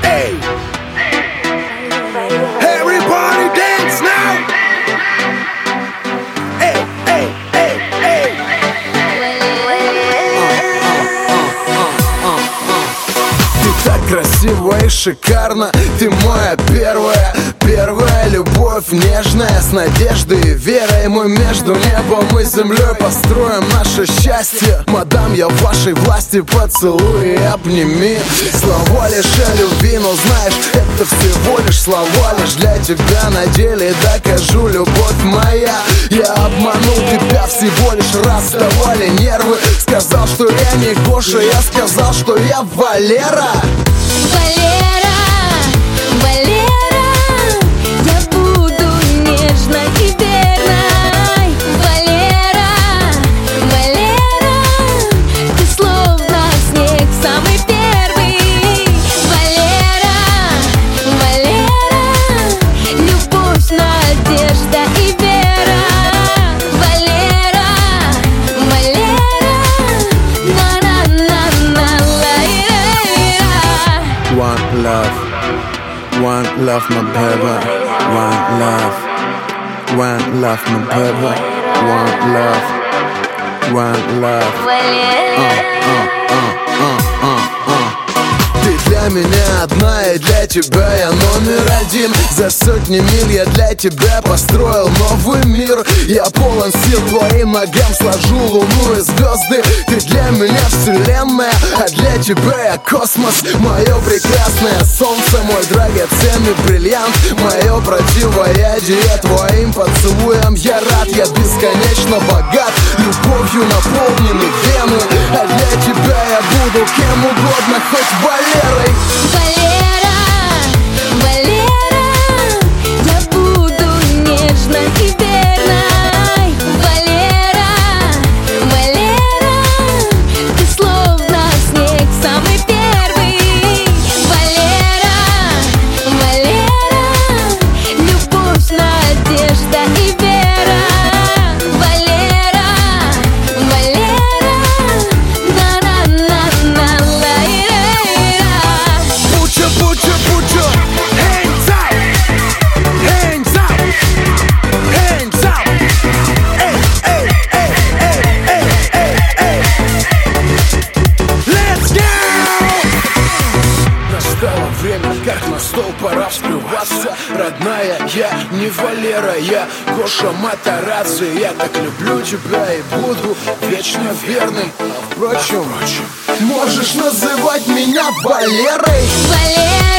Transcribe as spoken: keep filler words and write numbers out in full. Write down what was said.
Hey, everybody dance now. Hey, hey, hey, hey. Ты так красиво и шикарно, ты моя первая, первая любовь нежная, с надеждой и верой. Мы между небом и землей построим наше счастье. Мадам, я в вашей власти, поцелуй и обними. Слова лишь о любви, но знаешь, это всего лишь слова. Лишь для тебя на деле докажу, любовь моя. Я обманул тебя всего лишь раз, давали нервы. Сказал, что я не Гоша, я сказал, что я Валера. Валера, Валера, я буду нежной и верной. Валера, Валера, ты словно снег самый первый. Валера, Валера, любовь, надежда и вера. Валера, Валера, на-на-на-на. One love, one love, my baby. One love, one love, my baby. One love, one love. Uh, uh, uh, uh, uh, uh. Ты для меня одна, и для тебя я номер один. За сотни миль я для тебя построил новый мир. Я полон сил, твоим ногам сложу луну и звезды. Ты для меня вселенная, а для тебя я космос. Мое прекрасное солнце, мой драгоценный бриллиант. Мое противоядие, твоим поцелуем я рад. Я бесконечно богат, любовью наполнены вены. А для тебя я буду кем угодно, хоть Валерой. Валера, Валера, я буду нежной и верной. Валера, Валера, ты словно снег самый первый. Валера, Валера, любовь, надежда и вера. Валера, Валера, на-на-на-на. Put your, put your hands up, hands up, hands up. Эй, эй, эй, эй, эй, эй, эй. Let's go! Настало время, как на стол, пора вскрываться. Родная, я не Валера, я Гоша Матарадзе. Я так люблю тебя и буду вечно верным. А впрочем, можешь называть меня Валерой. Валера.